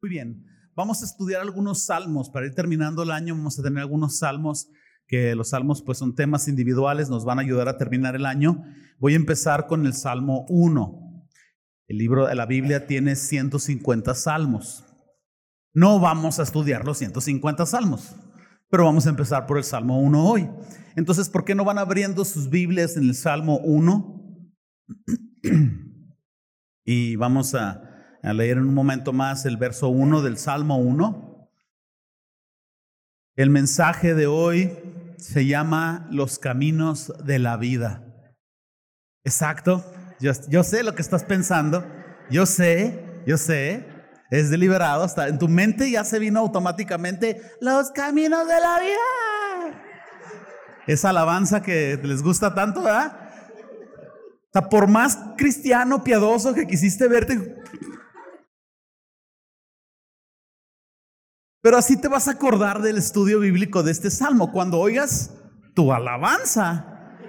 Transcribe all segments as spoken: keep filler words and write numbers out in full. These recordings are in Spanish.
Muy bien, vamos a estudiar algunos salmos. Para ir terminando el año vamos a tener algunos salmos, que los salmos pues son temas individuales, nos van a ayudar a terminar el año. Voy a empezar con el Salmo uno. El libro de la Biblia tiene ciento cincuenta salmos. No vamos a estudiar los ciento cincuenta salmos, pero vamos a empezar por el Salmo uno hoy. Entonces, ¿por qué no van abriendo sus Biblias en el Salmo uno? Y vamos a, a leer en un momento más el verso uno del Salmo uno. El mensaje de hoy se llama Los caminos de la vida. Exacto, yo, yo sé lo que estás pensando, yo sé, yo sé, es deliberado, hasta en tu mente ya se vino automáticamente los caminos de la vida. Esa alabanza que les gusta tanto, ¿verdad? O sea, por más cristiano, piadoso que quisiste verte, pero así te vas a acordar del estudio bíblico de este salmo cuando oigas tu alabanza.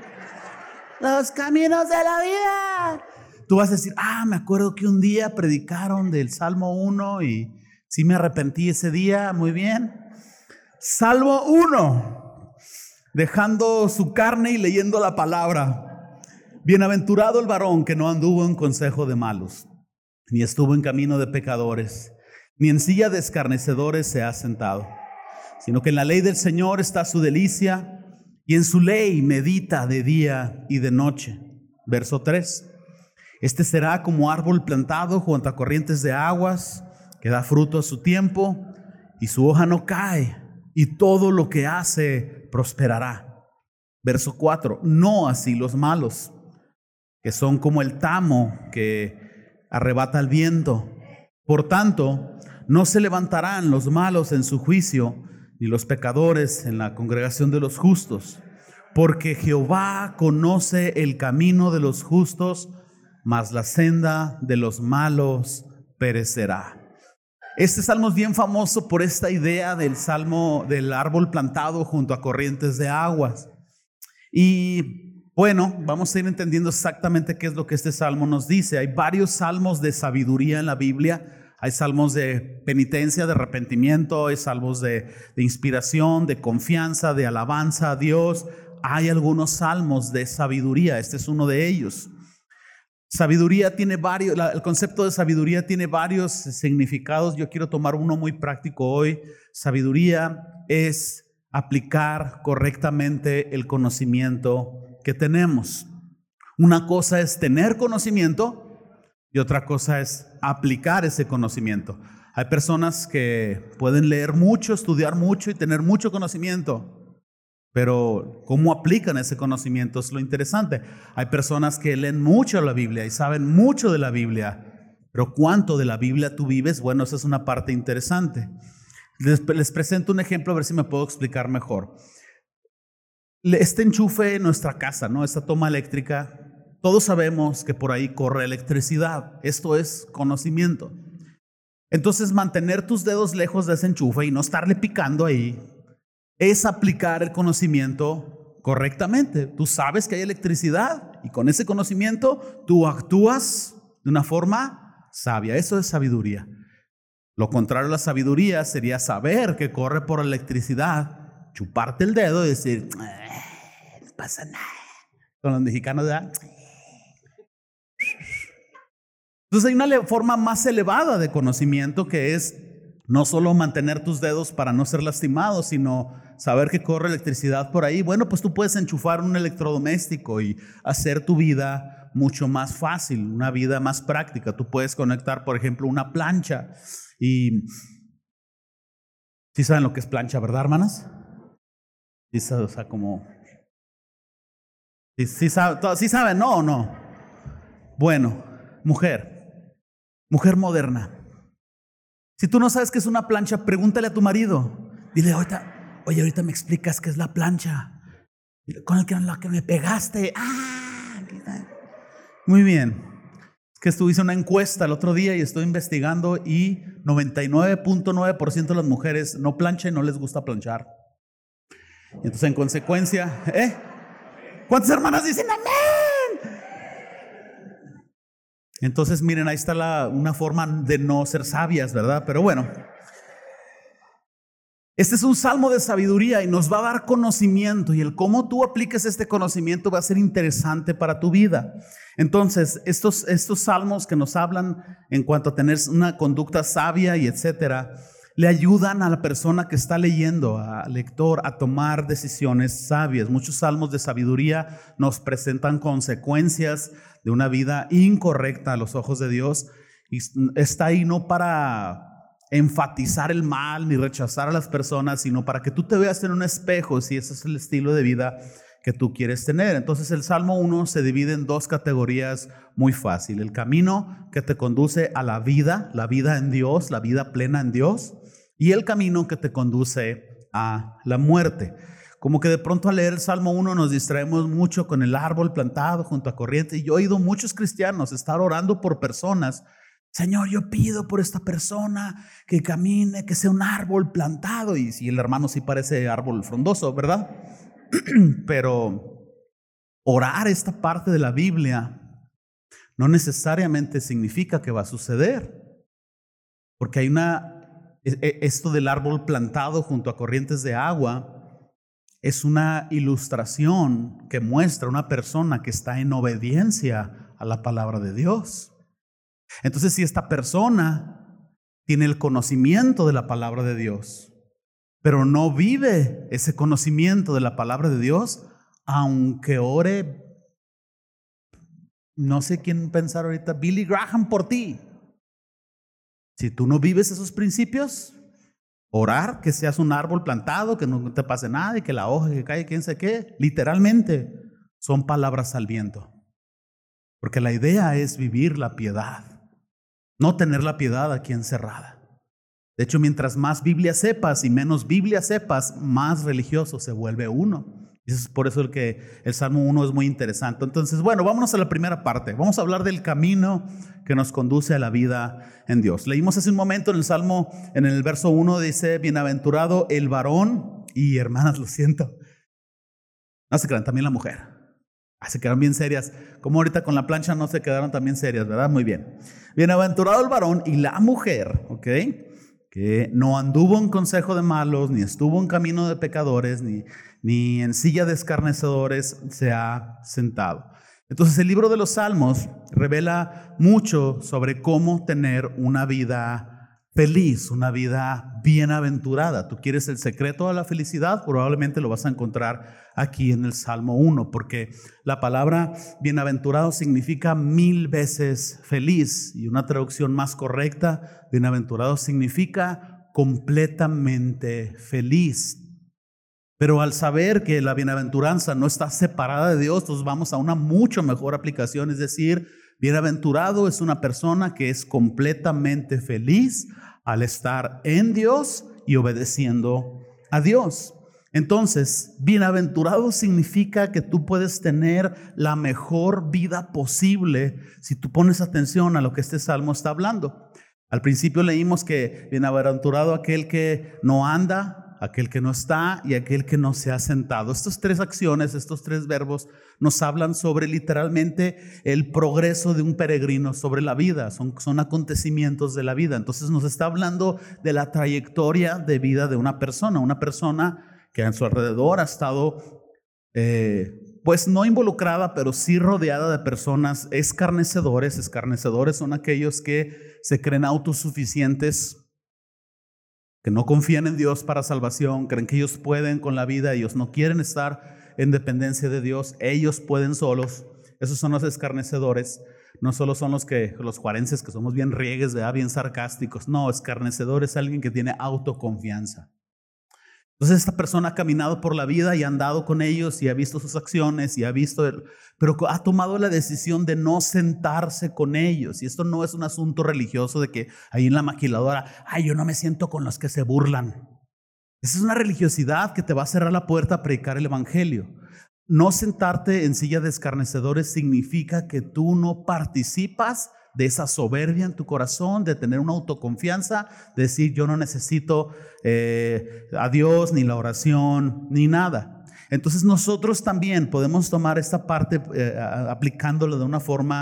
Los caminos de la vida. Tú vas a decir, ah, me acuerdo que un día predicaron del Salmo uno y sí me arrepentí ese día, muy bien. Salmo uno, dejando su carne y leyendo la palabra. Bienaventurado el varón que no anduvo en consejo de malos, ni estuvo en camino de pecadores, ni en silla de escarnecedores se ha sentado, sino que en la ley del Señor está su delicia, y en su ley medita de día y de noche. Verso tres. Este será como árbol plantado junto a corrientes de aguas, que da fruto a su tiempo, y su hoja no cae, y todo lo que hace prosperará. Verso cuatro. No así los malos, que son como el tamo que arrebata el viento. Por tanto, no se levantarán los malos en su juicio, ni los pecadores en la congregación de los justos, porque Jehová conoce el camino de los justos, mas la senda de los malos perecerá. Este salmo es bien famoso por esta idea del salmo del árbol plantado junto a corrientes de aguas. Y bueno, vamos a ir entendiendo exactamente qué es lo que este salmo nos dice. Hay varios salmos de sabiduría en la Biblia. Hay salmos de penitencia, de arrepentimiento, hay salmos de, de inspiración, de confianza, de alabanza a Dios. Hay algunos salmos de sabiduría, este es uno de ellos. Sabiduría tiene varios, el concepto de sabiduría tiene varios significados. Yo quiero tomar uno muy práctico hoy. Sabiduría es aplicar correctamente el conocimiento que tenemos. Una cosa es tener conocimiento y otra cosa es aplicar ese conocimiento. Hay personas que pueden leer mucho, estudiar mucho y tener mucho conocimiento, pero ¿cómo aplican ese conocimiento? Es lo interesante. Hay personas que leen mucho la Biblia y saben mucho de la Biblia, pero ¿cuánto de la Biblia tú vives? Bueno, esa es una parte interesante. Les, les presento un ejemplo a ver si me puedo explicar mejor. Este enchufe en nuestra casa, ¿no? Esta toma eléctrica, todos sabemos que por ahí corre electricidad. Esto es conocimiento. Entonces, mantener tus dedos lejos de ese enchufe y no estarle picando ahí es aplicar el conocimiento correctamente. Tú sabes que hay electricidad y con ese conocimiento tú actúas de una forma sabia. Eso es sabiduría. Lo contrario a la sabiduría sería saber que corre por electricidad, chuparte el dedo y decir, no pasa nada. Con los mexicanos, ¿verdad? Entonces hay una forma más elevada de conocimiento que es no solo mantener tus dedos para no ser lastimado, sino saber que corre electricidad por ahí. Bueno, pues tú puedes enchufar un electrodoméstico y hacer tu vida mucho más fácil, una vida más práctica. Tú puedes conectar, por ejemplo, una plancha y ¿sí saben lo que es plancha, verdad, hermanas? Sí, o sea, como ¿sí, sí, saben, ¿sí saben? ¿No o no? Bueno, mujer Mujer moderna, si tú no sabes qué es una plancha, pregúntale a tu marido. Dile, ahorita, oye, ahorita me explicas qué es la plancha. Con el que, la que me pegaste. Ah, muy bien. Es que estuve hice una encuesta el otro día y estoy investigando y noventa y nueve punto nueve por ciento de las mujeres no planchan y no les gusta planchar. Y entonces, en consecuencia, ¿eh? ¿Cuántas hermanas dicen amén? Entonces, miren, ahí está la, una forma de no ser sabias, ¿verdad? Pero bueno, este es un salmo de sabiduría y nos va a dar conocimiento, y el cómo tú apliques este conocimiento va a ser interesante para tu vida. Entonces, estos, estos salmos que nos hablan en cuanto a tener una conducta sabia y etcétera, le ayudan a la persona que está leyendo, al lector, a tomar decisiones sabias. Muchos salmos de sabiduría nos presentan consecuencias de una vida incorrecta a los ojos de Dios, y está ahí no para enfatizar el mal ni rechazar a las personas, sino para que tú te veas en un espejo si ese es el estilo de vida que tú quieres tener. Entonces el Salmo uno se divide en dos categorías muy fácil: el camino que te conduce a la vida, la vida en Dios, la vida plena en Dios, y el camino que te conduce a la muerte. Como que de pronto al leer el Salmo uno nos distraemos mucho con el árbol plantado junto a corriente, y yo he oído muchos cristianos estar orando por personas. Señor, yo pido por esta persona que camine, que sea un árbol plantado. Y si el hermano sí parece árbol frondoso, ¿verdad? Pero orar esta parte de la Biblia no necesariamente significa que va a suceder, porque hay una, esto del árbol plantado junto a corrientes de agua es una ilustración que muestra una persona que está en obediencia a la palabra de Dios. Entonces, si esta persona tiene el conocimiento de la palabra de Dios, pero no vive ese conocimiento de la palabra de Dios, aunque ore, no sé quién pensar ahorita, Billy Graham por ti, si tú no vives esos principios, orar que seas un árbol plantado, que no te pase nada y que la hoja que cae, quién sé qué, literalmente son palabras al viento. Porque la idea es vivir la piedad, no tener la piedad aquí encerrada. De hecho, mientras más Biblia sepas y menos Biblia sepas, más religioso se vuelve uno. Y es por eso el que el Salmo uno es muy interesante. Entonces, bueno, vámonos a la primera parte. Vamos a hablar del camino que nos conduce a la vida en Dios. Leímos hace un momento en el Salmo, en el verso uno, dice: bienaventurado el varón. Y hermanas, lo siento, no se crean, también la mujer. Ah, se quedaron bien serias. Como ahorita con la plancha no se quedaron también serias, ¿verdad? Muy bien. Bienaventurado el varón y la mujer, ¿ok? Que no anduvo en consejo de malos, ni estuvo en camino de pecadores, ni, ni en silla de escarnecedores se ha sentado. Entonces el libro de los Salmos revela mucho sobre cómo tener una vida feliz, una vida bienaventurada. Tú quieres el secreto a la felicidad, probablemente lo vas a encontrar aquí en el Salmo uno, porque la palabra bienaventurado significa mil veces feliz, y una traducción más correcta, bienaventurado significa completamente feliz. Pero al saber que la bienaventuranza no está separada de Dios, nos vamos a una mucho mejor aplicación, es decir, bienaventurado es una persona que es completamente feliz al estar en Dios y obedeciendo a Dios. Entonces, bienaventurado significa que tú puedes tener la mejor vida posible si tú pones atención a lo que este salmo está hablando. Al principio leímos que bienaventurado aquel que no anda, aquel que no está y aquel que no se ha sentado. Estas tres acciones, estos tres verbos nos hablan sobre literalmente el progreso de un peregrino sobre la vida. Son, son acontecimientos de la vida. Entonces nos está hablando de la trayectoria de vida de una persona. Una persona que a su alrededor ha estado, eh, pues no involucrada, pero sí rodeada de personas escarnecedores. Escarnecedores son aquellos que se creen autosuficientes, que no confían en Dios para salvación, creen que ellos pueden con la vida, ellos no quieren estar en dependencia de Dios, ellos pueden solos. Esos son los escarnecedores. No solo son los que los juarenses, que somos bien riegues, ¿verdad? Bien sarcásticos. No, escarnecedor es alguien que tiene autoconfianza. Entonces esta persona ha caminado por la vida y ha andado con ellos y ha visto sus acciones y ha visto, el, pero ha tomado la decisión de no sentarse con ellos. Y esto no es un asunto religioso de que ahí en la maquiladora, ay, yo no me siento con los que se burlan. Esa es una religiosidad que te va a cerrar la puerta a predicar el evangelio. No sentarte en silla de escarnecedores significa que tú no participas de esa soberbia en tu corazón, de tener una autoconfianza, de decir yo no necesito eh, a Dios, ni la oración, ni nada. Entonces nosotros también podemos tomar esta parte eh, aplicándolo de una forma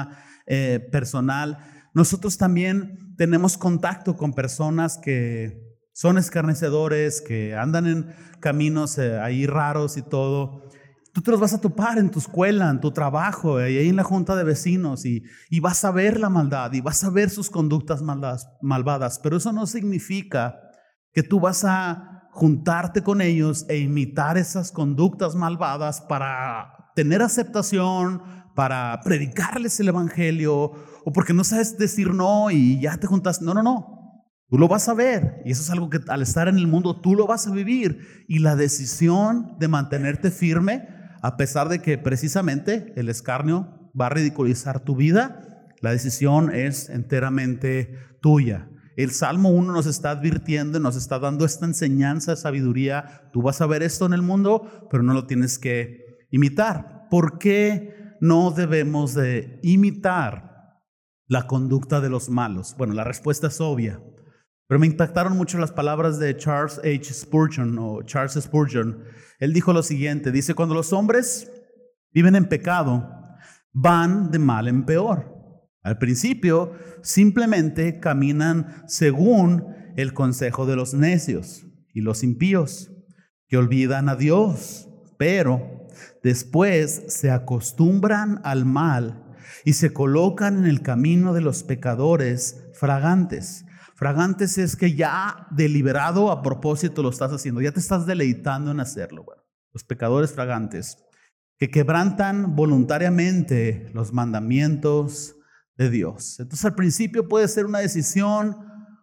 eh, personal, nosotros también tenemos contacto con personas que son escarnecedores, que andan en caminos eh, ahí raros y todo. Tú te los vas a topar en tu escuela, en tu trabajo, y ahí en la junta de vecinos, y, y vas a ver la maldad, y vas a ver sus conductas malvadas, malvadas, pero eso no significa que tú vas a juntarte con ellos e imitar esas conductas malvadas para tener aceptación, para predicarles el evangelio, o porque no sabes decir no y ya te juntas. No, no, no. Tú lo vas a ver, y eso es algo que al estar en el mundo tú lo vas a vivir, y la decisión de mantenerte firme, a pesar de que precisamente el escarnio va a ridiculizar tu vida, la decisión es enteramente tuya. El Salmo uno nos está advirtiendo, nos está dando esta enseñanza de sabiduría. Tú vas a ver esto en el mundo, pero no lo tienes que imitar. ¿Por qué no debemos de imitar la conducta de los malos? Bueno, la respuesta es obvia. Pero me impactaron mucho las palabras de Charles H. Spurgeon o Charles Spurgeon. Él dijo lo siguiente, dice: cuando los hombres viven en pecado, van de mal en peor. Al principio, simplemente caminan según el consejo de los necios y los impíos, que olvidan a Dios, pero después se acostumbran al mal y se colocan en el camino de los pecadores fragantes. Fragantes es que ya deliberado a propósito lo estás haciendo, ya te estás deleitando en hacerlo. Bueno, los pecadores fragantes que quebrantan voluntariamente los mandamientos de Dios. Entonces al principio puede ser una decisión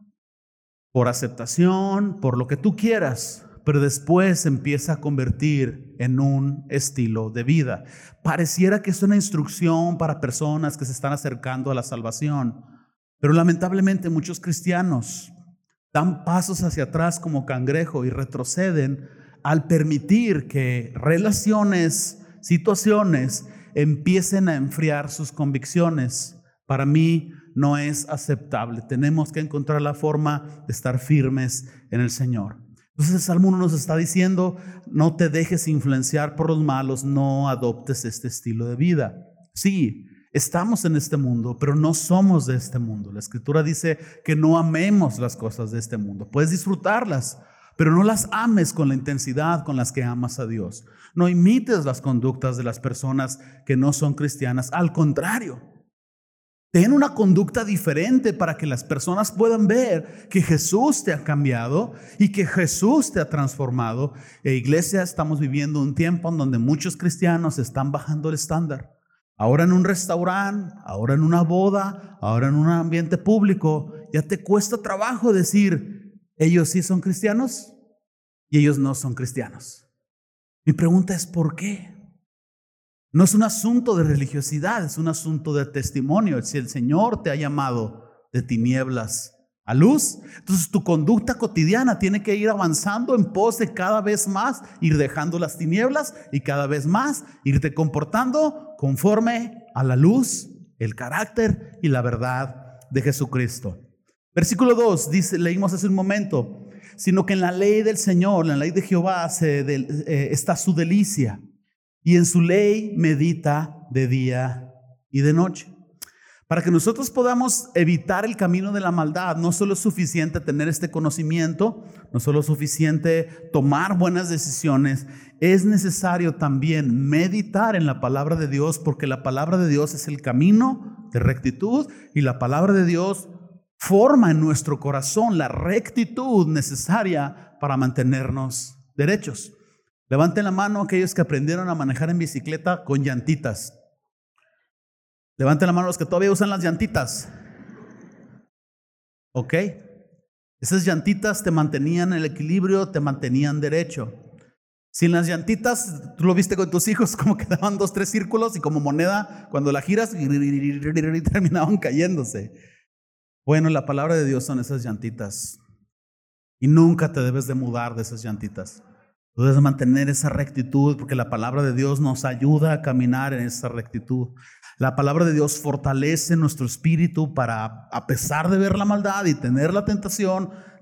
por aceptación, por lo que tú quieras, pero después se empieza a convertir en un estilo de vida. Pareciera que es una instrucción para personas que se están acercando a la salvación. Pero lamentablemente muchos cristianos dan pasos hacia atrás como cangrejo y retroceden al permitir que relaciones, situaciones empiecen a enfriar sus convicciones. Para mí no es aceptable. Tenemos que encontrar la forma de estar firmes en el Señor. Entonces el Salmo uno nos está diciendo: no te dejes influenciar por los malos, no adoptes este estilo de vida. Sí, estamos en este mundo, pero no somos de este mundo. La Escritura dice que no amemos las cosas de este mundo. Puedes disfrutarlas, pero no las ames con la intensidad con las que amas a Dios. No imites las conductas de las personas que no son cristianas. Al contrario, ten una conducta diferente para que las personas puedan ver que Jesús te ha cambiado y que Jesús te ha transformado. E iglesia, estamos viviendo un tiempo en donde muchos cristianos están bajando el estándar. Ahora en un restaurante, ahora en una boda, ahora en un ambiente público, ya te cuesta trabajo decir: ellos sí son cristianos y ellos no son cristianos. Mi pregunta es: ¿por qué? No es un asunto de religiosidad, es un asunto de testimonio. Si el Señor te ha llamado de tinieblas a luz, entonces tu conducta cotidiana tiene que ir avanzando en pos de cada vez más ir dejando las tinieblas y cada vez más irte comportando conforme a la luz, el carácter y la verdad de Jesucristo. Versículo dos, dice, leímos hace un momento: sino que en la ley del Señor, en la ley de Jehová se de, eh, está su delicia, y en su ley medita de día y de noche. Para que nosotros podamos evitar el camino de la maldad, no solo es suficiente tener este conocimiento, no solo es suficiente tomar buenas decisiones, es necesario también meditar en la palabra de Dios, porque la palabra de Dios es el camino de rectitud y la palabra de Dios forma en nuestro corazón la rectitud necesaria para mantenernos derechos. Levanten la mano aquellos que aprendieron a manejar en bicicleta con llantitas. Levanten la mano los que todavía usan las llantitas. Ok. Esas llantitas te mantenían en el equilibrio, te mantenían derecho. Sin las llantitas, tú lo viste con tus hijos, como que daban dos, tres círculos y como moneda, cuando la giras, terminaban cayéndose. Bueno, la palabra de Dios son esas llantitas. Y nunca te debes de mudar de esas llantitas. Tú debes mantener esa rectitud, porque la palabra de Dios nos ayuda a caminar en esa rectitud. La palabra de Dios fortalece nuestro espíritu para, a pesar de ver la maldad y tener la tentación,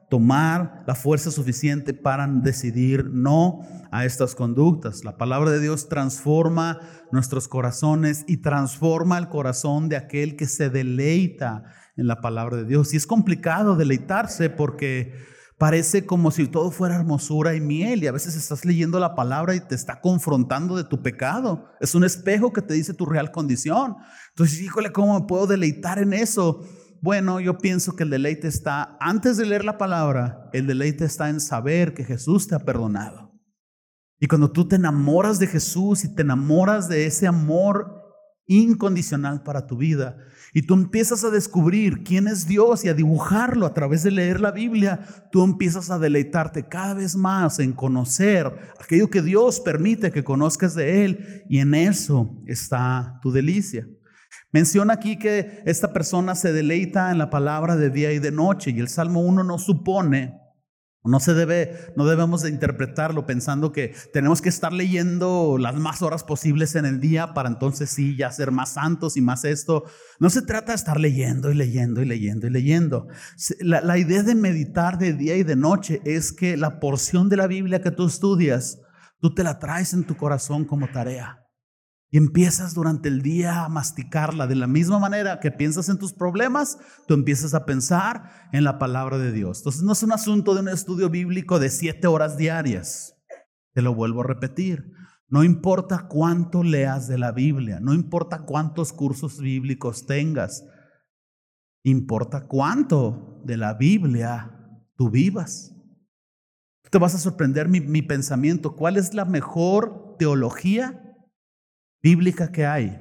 tomar la fuerza suficiente para decidir no a estas conductas. La palabra de Dios transforma nuestros corazones y transforma el corazón de aquel que se deleita en la palabra de Dios. Y es complicado deleitarse porque parece como si todo fuera hermosura y miel, y a veces estás leyendo la palabra y te está confrontando de tu pecado. Es un espejo que te dice tu real condición. Entonces, híjole, ¿cómo me puedo deleitar en eso? Bueno, yo pienso que el deleite está, antes de leer la palabra, el deleite está en saber que Jesús te ha perdonado. Y cuando tú te enamoras de Jesús y te enamoras de ese amor incondicional para tu vida, y tú empiezas a descubrir quién es Dios y a dibujarlo a través de leer la Biblia, tú empiezas a deleitarte cada vez más en conocer aquello que Dios permite que conozcas de Él, y en eso está tu delicia. Menciona aquí que esta persona se deleita en la palabra de día y de noche, y el Salmo uno no supone, no se debe, no debemos de interpretarlo pensando que tenemos que estar leyendo las más horas posibles en el día para entonces sí ya ser más santos y más esto. No se trata de estar leyendo y leyendo y leyendo y leyendo. La, la idea de meditar de día y de noche es que la porción de la Biblia que tú estudias, tú te la traes en tu corazón como tarea. Y empiezas durante el día a masticarla. De la misma manera que piensas en tus problemas, tú empiezas a pensar en la palabra de Dios. Entonces no es un asunto de un estudio bíblico de siete horas diarias. Te lo vuelvo a repetir. No importa cuánto leas de la Biblia, no importa cuántos cursos bíblicos tengas, importa cuánto de la Biblia tú vivas. Te vas a sorprender mi, mi pensamiento. ¿Cuál es la mejor teología bíblica que hay?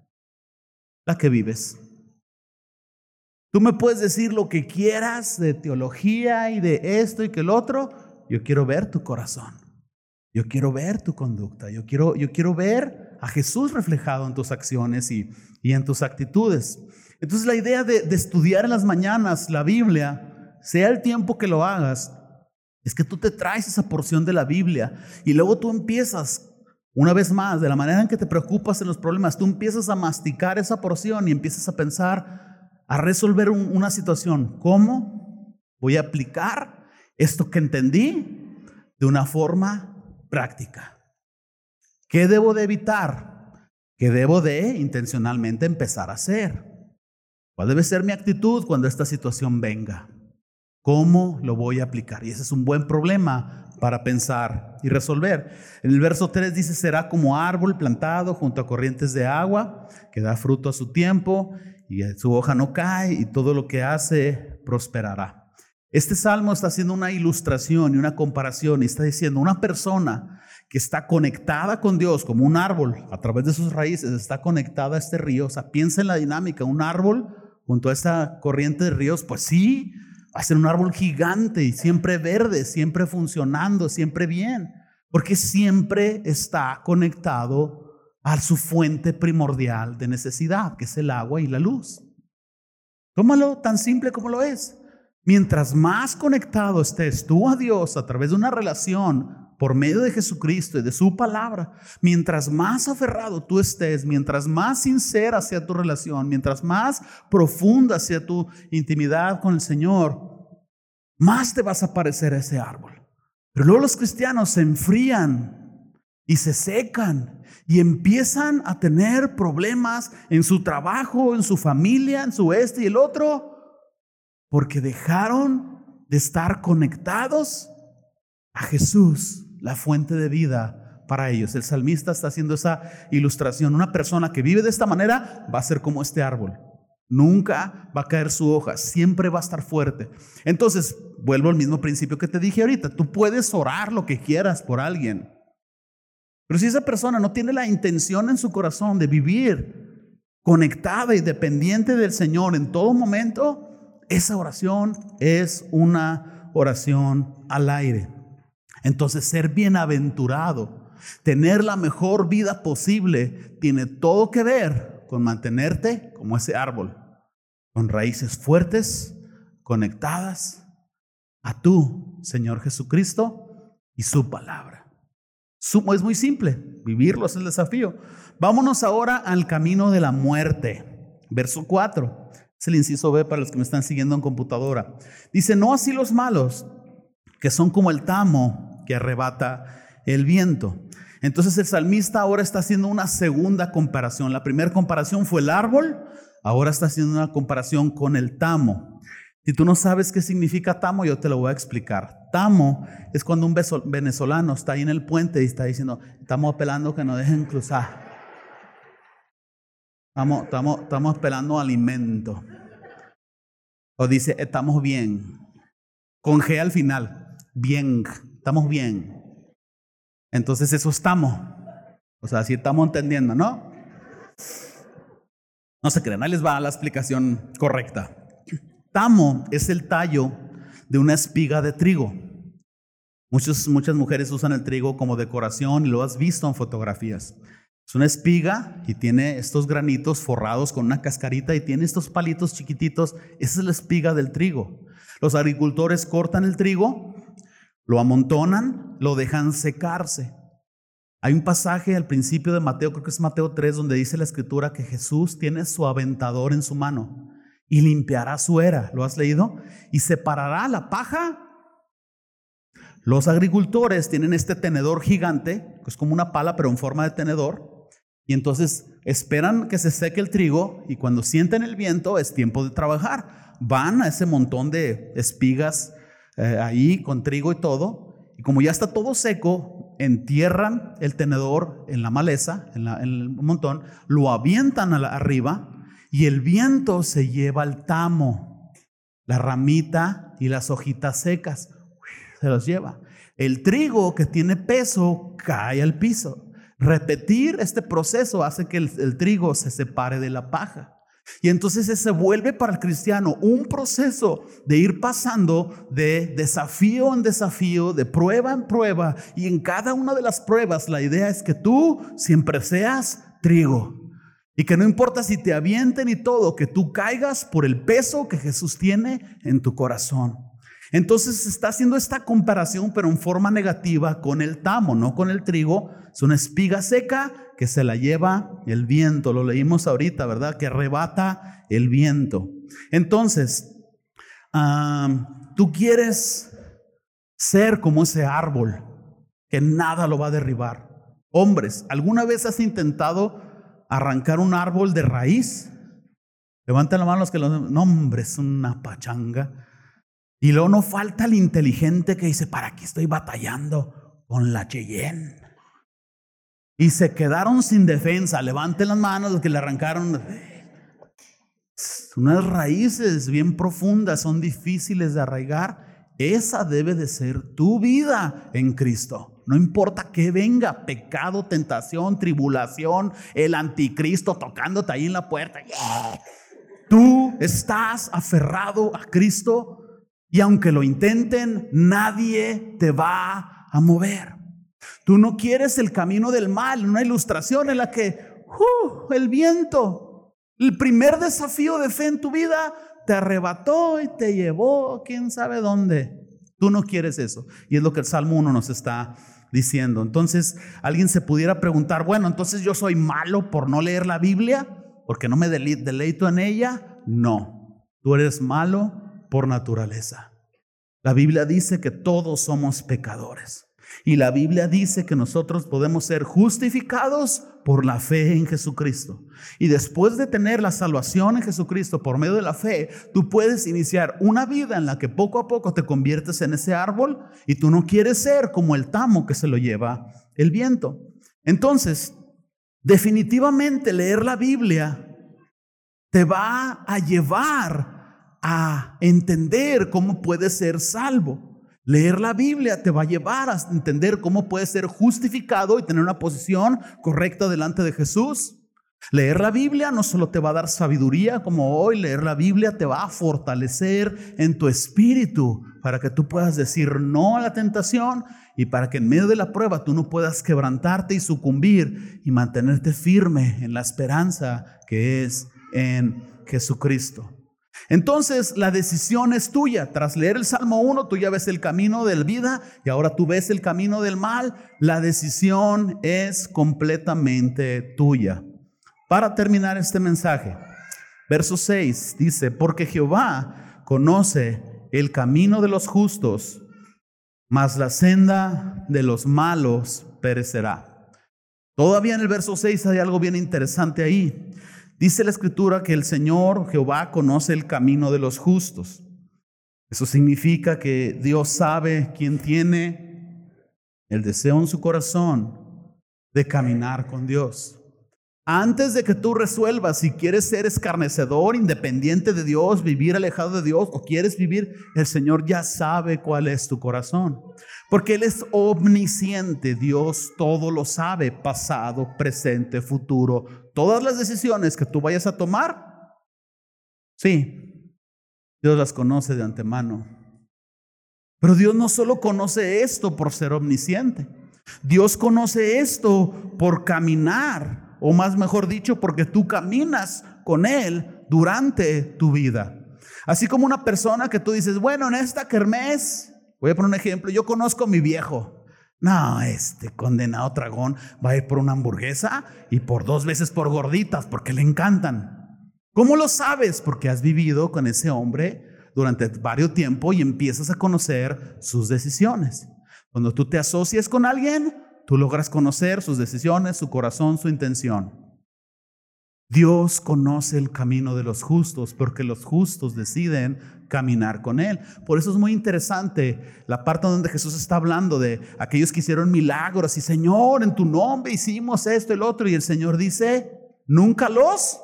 La que vives. Tú me puedes decir lo que quieras de teología y de esto y que el otro. Yo quiero ver tu corazón. Yo quiero ver tu conducta. Yo quiero, yo quiero ver a Jesús reflejado en tus acciones y, y en tus actitudes. Entonces la idea de, de estudiar en las mañanas la Biblia, sea el tiempo que lo hagas, es que tú te traes esa porción de la Biblia y luego tú empiezas. Una vez más, de la manera en que te preocupas en los problemas, tú empiezas a masticar esa porción y empiezas a pensar, a resolver un, una situación. ¿Cómo voy a aplicar esto que entendí de una forma práctica? ¿Qué debo de evitar? ¿Qué debo de intencionalmente empezar a hacer? ¿Cuál debe ser mi actitud cuando esta situación venga? ¿Cómo lo voy a aplicar? Y ese es un buen problema para pensar y resolver. En el verso tres dice, será como árbol plantado junto a corrientes de agua, que da fruto a su tiempo y su hoja no cae y todo lo que hace prosperará. Este salmo está haciendo una ilustración y una comparación y está diciendo una persona que está conectada con Dios como un árbol a través de sus raíces, está conectada a este río. O sea, piensa en la dinámica, un árbol junto a esta corriente de ríos, pues sí, va a ser un árbol gigante y siempre verde, siempre funcionando, siempre bien, porque siempre está conectado a su fuente primordial de necesidad, que es el agua y la luz. Tómalo tan simple como lo es. Mientras más conectado estés tú a Dios a través de una relación por medio de Jesucristo y de su palabra, mientras más aferrado tú estés, mientras más sincera sea tu relación, mientras más profunda sea tu intimidad con el Señor, más te vas a parecer a ese árbol. Pero luego los cristianos se enfrían y se secan y empiezan a tener problemas en su trabajo, en su familia, en su este y el otro, porque dejaron de estar conectados a Jesús, la fuente de vida para ellos. El salmista está haciendo esa ilustración. Una persona que vive de esta manera va a ser como este árbol. Nunca va a caer su hoja, siempre va a estar fuerte. Entonces, vuelvo al mismo principio que te dije ahorita. Tú puedes orar lo que quieras por alguien, pero si esa persona no tiene la intención en su corazón de vivir conectada y dependiente del Señor en todo momento, esa oración es una oración al aire. Entonces, ser bienaventurado, tener la mejor vida posible, tiene todo que ver con mantenerte como ese árbol, con raíces fuertes, conectadas a tu Señor Jesucristo y su palabra. Es muy simple, vivirlo es el desafío. Vámonos ahora al camino de la muerte. Verso cuatro. Es el inciso B para los que me están siguiendo en computadora. Dice, no así los malos, que son como el tamo que arrebata el viento. Entonces el salmista ahora está haciendo una segunda comparación. La primera comparación fue el árbol, ahora está haciendo una comparación con el tamo. Si tú no sabes qué significa tamo, yo te lo voy a explicar. Tamo es cuando un venezolano está ahí en el puente y está diciendo, estamos apelando que nos dejen cruzar. Estamos, estamos, estamos esperando alimento. O dice, estamos bien. Con G al final. Bien. Estamos bien. Entonces eso estamos. O sea, si estamos entendiendo, ¿no? No se crean, ahí les va la explicación correcta. Tamo es el tallo de una espiga de trigo. Muchos, muchas mujeres usan el trigo como decoración y lo has visto en fotografías. Es una espiga y tiene estos granitos forrados con una cascarita y tiene estos palitos chiquititos. Esa es la espiga del trigo. Los agricultores cortan el trigo, lo amontonan, lo dejan secarse. Hay un pasaje al principio de Mateo, creo que es Mateo tres, donde dice la escritura que Jesús tiene su aventador en su mano y limpiará su era. ¿Lo has leído? Y separará la paja. Los agricultores tienen este tenedor gigante, que es como una pala pero en forma de tenedor, y entonces esperan que se seque el trigo y cuando sienten el viento es tiempo de trabajar. Van a ese montón de espigas eh, ahí con trigo y todo, y como ya está todo seco, entierran el tenedor en la maleza, en, la, en el montón, lo avientan a la, arriba y el viento se lleva el tamo, la ramita y las hojitas secas. Se los lleva. El trigo que tiene peso cae al piso. Repetir este proceso hace que el, el trigo se separe de la paja. Y entonces se vuelve para el cristiano un proceso de ir pasando de desafío en desafío, de prueba en prueba. Y en cada una de las pruebas la idea es que tú siempre seas trigo. Y que no importa si te avienten y todo, que tú caigas por el peso que Jesús tiene en tu corazón. Entonces se está haciendo esta comparación, pero en forma negativa con el tamo, no con el trigo. Es una espiga seca que se la lleva el viento. Lo leímos ahorita, ¿verdad? Que arrebata el viento. Entonces, um, tú quieres ser como ese árbol que nada lo va a derribar. Hombres, ¿alguna vez has intentado arrancar un árbol de raíz? Levanten la mano los que lo... No, hombre, es una pachanga. Y luego no falta el inteligente que dice, ¿para qué estoy batallando con la Cheyenne? Y se quedaron sin defensa. Levanten las manos los que le arrancaron. Unas raíces bien profundas, son difíciles de arraigar. Esa debe de ser tu vida en Cristo. No importa qué venga, pecado, tentación, tribulación, el anticristo tocándote ahí en la puerta. Yeah. Tú estás aferrado a Cristo. Y aunque lo intenten, nadie te va a mover. Tú no quieres el camino del mal, una ilustración en la que uh, el viento, el primer desafío de fe en tu vida, te arrebató y te llevó quién sabe dónde. Tú no quieres eso. Y es lo que el Salmo uno nos está diciendo. Entonces, alguien se pudiera preguntar, bueno, entonces yo soy malo por no leer la Biblia, porque no me deleito en ella. No, tú eres malo por naturaleza. La Biblia dice que todos somos pecadores y la Biblia dice que nosotros podemos ser justificados por la fe en Jesucristo. Y después de tener la salvación en Jesucristo por medio de la fe, tú puedes iniciar una vida en la que poco a poco te conviertes en ese árbol y tú no quieres ser como el tamo que se lo lleva el viento. Entonces, definitivamente leer la Biblia te va a llevar a entender cómo puedes ser salvo. Leer la Biblia te va a llevar a entender cómo puedes ser justificado y tener una posición correcta delante de Jesús. Leer la Biblia no solo te va a dar sabiduría como hoy, leer la Biblia te va a fortalecer en tu espíritu para que tú puedas decir no a la tentación y para que en medio de la prueba tú no puedas quebrantarte y sucumbir y mantenerte firme en la esperanza que es en Jesucristo. Entonces la decisión es tuya. Tras leer el Salmo uno, tú ya ves el camino de la vida y ahora tú ves el camino del mal. La decisión es completamente tuya. Para terminar este mensaje, Verso seis dice, porque Jehová conoce el camino de los justos, mas la senda de los malos perecerá. Todavía en el verso seis hay algo bien interesante ahí. Dice la escritura que el Señor Jehová conoce el camino de los justos. Eso significa que Dios sabe quién tiene el deseo en su corazón de caminar con Dios. Antes de que tú resuelvas si quieres ser escarnecedor, independiente de Dios, vivir alejado de Dios o quieres vivir, el Señor ya sabe cuál es tu corazón. Porque Él es omnisciente, Dios todo lo sabe, pasado, presente, futuro. Todas las decisiones que tú vayas a tomar, sí, Dios las conoce de antemano. Pero Dios no solo conoce esto por ser omnisciente. Dios conoce esto por caminar. O más mejor dicho, porque tú caminas con Él durante tu vida. Así como una persona que tú dices, bueno, en esta kermés, voy a poner un ejemplo, yo conozco a mi viejo. No, este condenado tragón va a ir por una hamburguesa y por dos veces por gorditas, porque le encantan. ¿Cómo lo sabes? Porque has vivido con ese hombre durante varios tiempo y empiezas a conocer sus decisiones. Cuando tú te asocias con alguien, tú logras conocer sus decisiones, su corazón, su intención. Dios conoce el camino de los justos porque los justos deciden caminar con Él. Por eso es muy interesante la parte donde Jesús está hablando de aquellos que hicieron milagros y Señor, en tu nombre hicimos esto y el otro. Y el Señor dice, nunca los,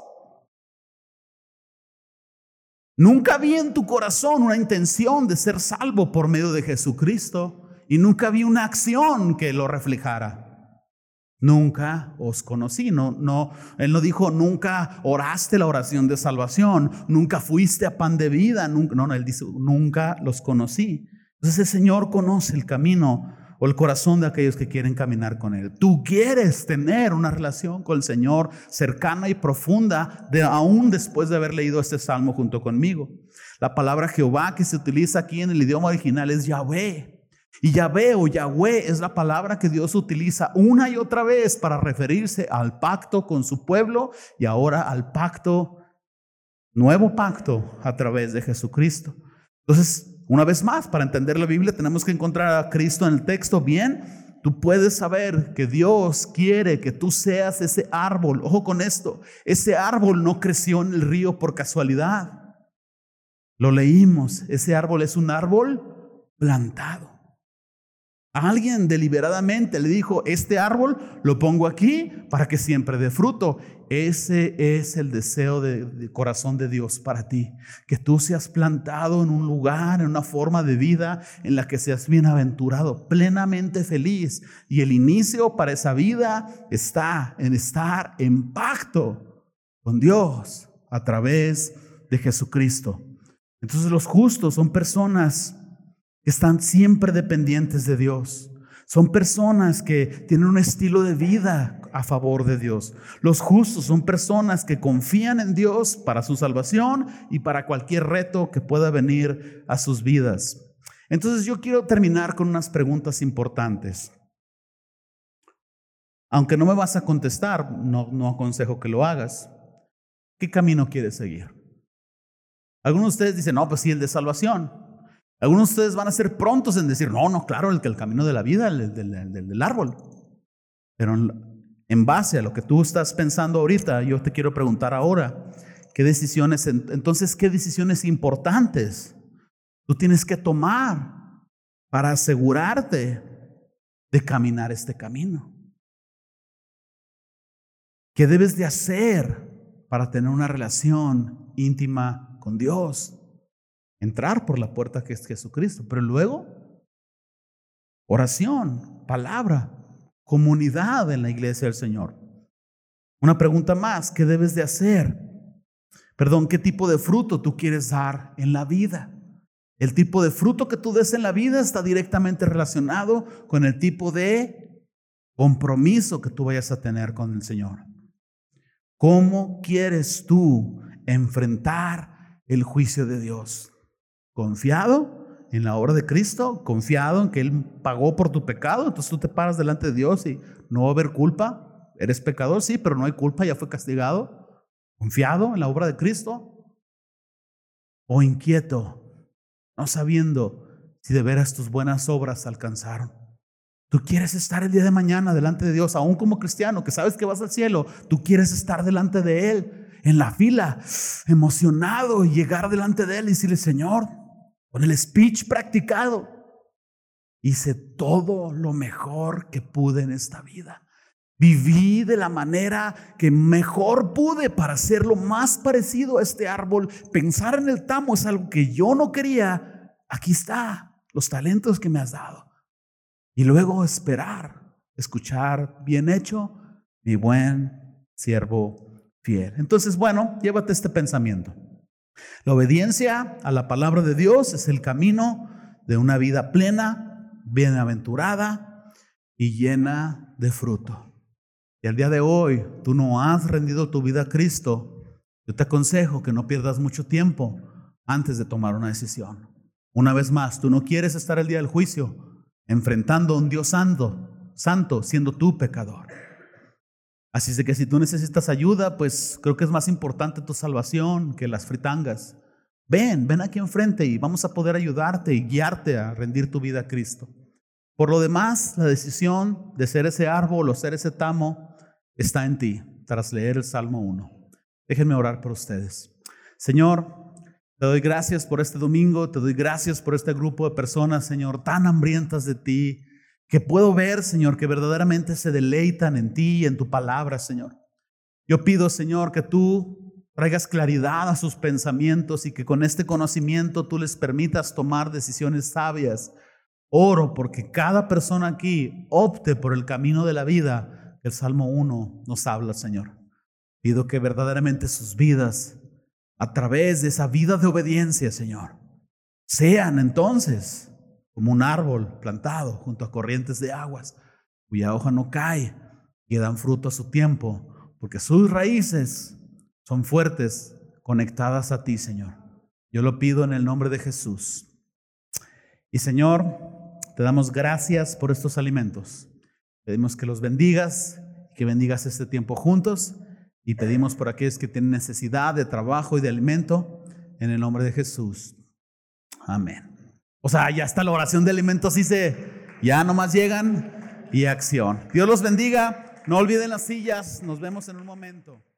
nunca vi en tu corazón una intención de ser salvo por medio de Jesucristo. Y nunca vi una acción que lo reflejara. Nunca os conocí. No, no, él no dijo, nunca oraste la oración de salvación. Nunca fuiste a pan de vida. Nunca, no, no, él dice, nunca los conocí. Entonces el Señor conoce el camino o el corazón de aquellos que quieren caminar con Él. Tú quieres tener una relación con el Señor cercana y profunda, de, aún después de haber leído este salmo junto conmigo. La palabra Jehová que se utiliza aquí en el idioma original es Yahweh. Y Yahvé o Yahweh es la palabra que Dios utiliza una y otra vez para referirse al pacto con su pueblo y ahora al pacto, nuevo pacto a través de Jesucristo. Entonces, una vez más, para entender la Biblia tenemos que encontrar a Cristo en el texto bien. Tú puedes saber que Dios quiere que tú seas ese árbol. Ojo con esto, ese árbol no creció en el río por casualidad. Lo leímos, ese árbol es un árbol plantado. Alguien deliberadamente le dijo, este árbol lo pongo aquí para que siempre dé fruto. Ese es el deseo de, de corazón de Dios para ti. Que tú seas plantado en un lugar, en una forma de vida en la que seas bienaventurado, plenamente feliz. Y el inicio para esa vida está en estar en pacto con Dios a través de Jesucristo. Entonces los justos son personas que están siempre dependientes de Dios. Son personas que tienen un estilo de vida a favor de Dios. Los justos son personas que confían en Dios para su salvación y para cualquier reto que pueda venir a sus vidas. Entonces yo quiero terminar con unas preguntas importantes. Aunque no me vas a contestar, no, no aconsejo que lo hagas. ¿Qué camino quieres seguir? Algunos de ustedes dicen, no, pues sí, el de salvación. Algunos de ustedes van a ser prontos en decir, no, no, claro, el, el camino de la vida, el del, el del, del árbol. Pero en, en base a lo que tú estás pensando ahorita, yo te quiero preguntar ahora, ¿qué decisiones, entonces qué decisiones importantes tú tienes que tomar para asegurarte de caminar este camino? ¿Qué debes de hacer para tener una relación íntima con Dios? Entrar por la puerta que es Jesucristo, pero luego oración, palabra, comunidad en la iglesia del Señor. Una pregunta más, ¿qué debes de hacer? Perdón, ¿qué tipo de fruto tú quieres dar en la vida? El tipo de fruto que tú des en la vida está directamente relacionado con el tipo de compromiso que tú vayas a tener con el Señor. ¿Cómo quieres tú enfrentar el juicio de Dios? ¿Confiado en la obra de Cristo? ¿Confiado en que Él pagó por tu pecado? Entonces tú te paras delante de Dios y no va a haber culpa. Eres pecador, sí, pero no hay culpa, ya fue castigado. ¿Confiado en la obra de Cristo? ¿O inquieto, no sabiendo si de veras tus buenas obras alcanzaron? Tú quieres estar el día de mañana delante de Dios, aún como cristiano, que sabes que vas al cielo. Tú quieres estar delante de Él, en la fila, emocionado, y llegar delante de Él y decirle: Señor, con el speech practicado, hice todo lo mejor que pude en esta vida. Viví de la manera que mejor pude para ser lo más parecido a este árbol. Pensar en el tamo es algo que yo no quería. Aquí está, los talentos que me has dado. Y luego esperar, escuchar: bien hecho, mi buen siervo fiel. Entonces, bueno, llévate este pensamiento. La obediencia a la palabra de Dios es el camino de una vida plena, bienaventurada y llena de fruto. Y al día de hoy tú no has rendido tu vida a Cristo. Yo te aconsejo que no pierdas mucho tiempo antes de tomar una decisión. Una vez más, tú no quieres estar el día del juicio enfrentando a un Dios santo, santo siendo tú pecador. Así es de que si tú necesitas ayuda, pues creo que es más importante tu salvación que las fritangas. Ven, ven aquí enfrente y vamos a poder ayudarte y guiarte a rendir tu vida a Cristo. Por lo demás, la decisión de ser ese árbol o ser ese tamo está en ti, tras leer el Salmo uno. Déjenme orar por ustedes. Señor, te doy gracias por este domingo, te doy gracias por este grupo de personas, Señor, tan hambrientas de ti, que puedo ver, Señor, que verdaderamente se deleitan en ti y en tu palabra, Señor. Yo pido, Señor, que tú traigas claridad a sus pensamientos y que con este conocimiento tú les permitas tomar decisiones sabias. Oro porque cada persona aquí opte por el camino de la vida que el Salmo uno nos habla, Señor. Pido que verdaderamente sus vidas, a través de esa vida de obediencia, Señor, sean entonces como un árbol plantado junto a corrientes de aguas, cuya hoja no cae y dan fruto a su tiempo, porque sus raíces son fuertes, conectadas a ti, Señor. Yo lo pido en el nombre de Jesús. Y Señor, te damos gracias por estos alimentos. Pedimos que los bendigas, que bendigas este tiempo juntos, y pedimos por aquellos que tienen necesidad de trabajo y de alimento, en el nombre de Jesús. Amén. O sea, ya está la oración de alimentos, dice, ya nomás llegan y acción. Dios los bendiga. No olviden las sillas. Nos vemos en un momento.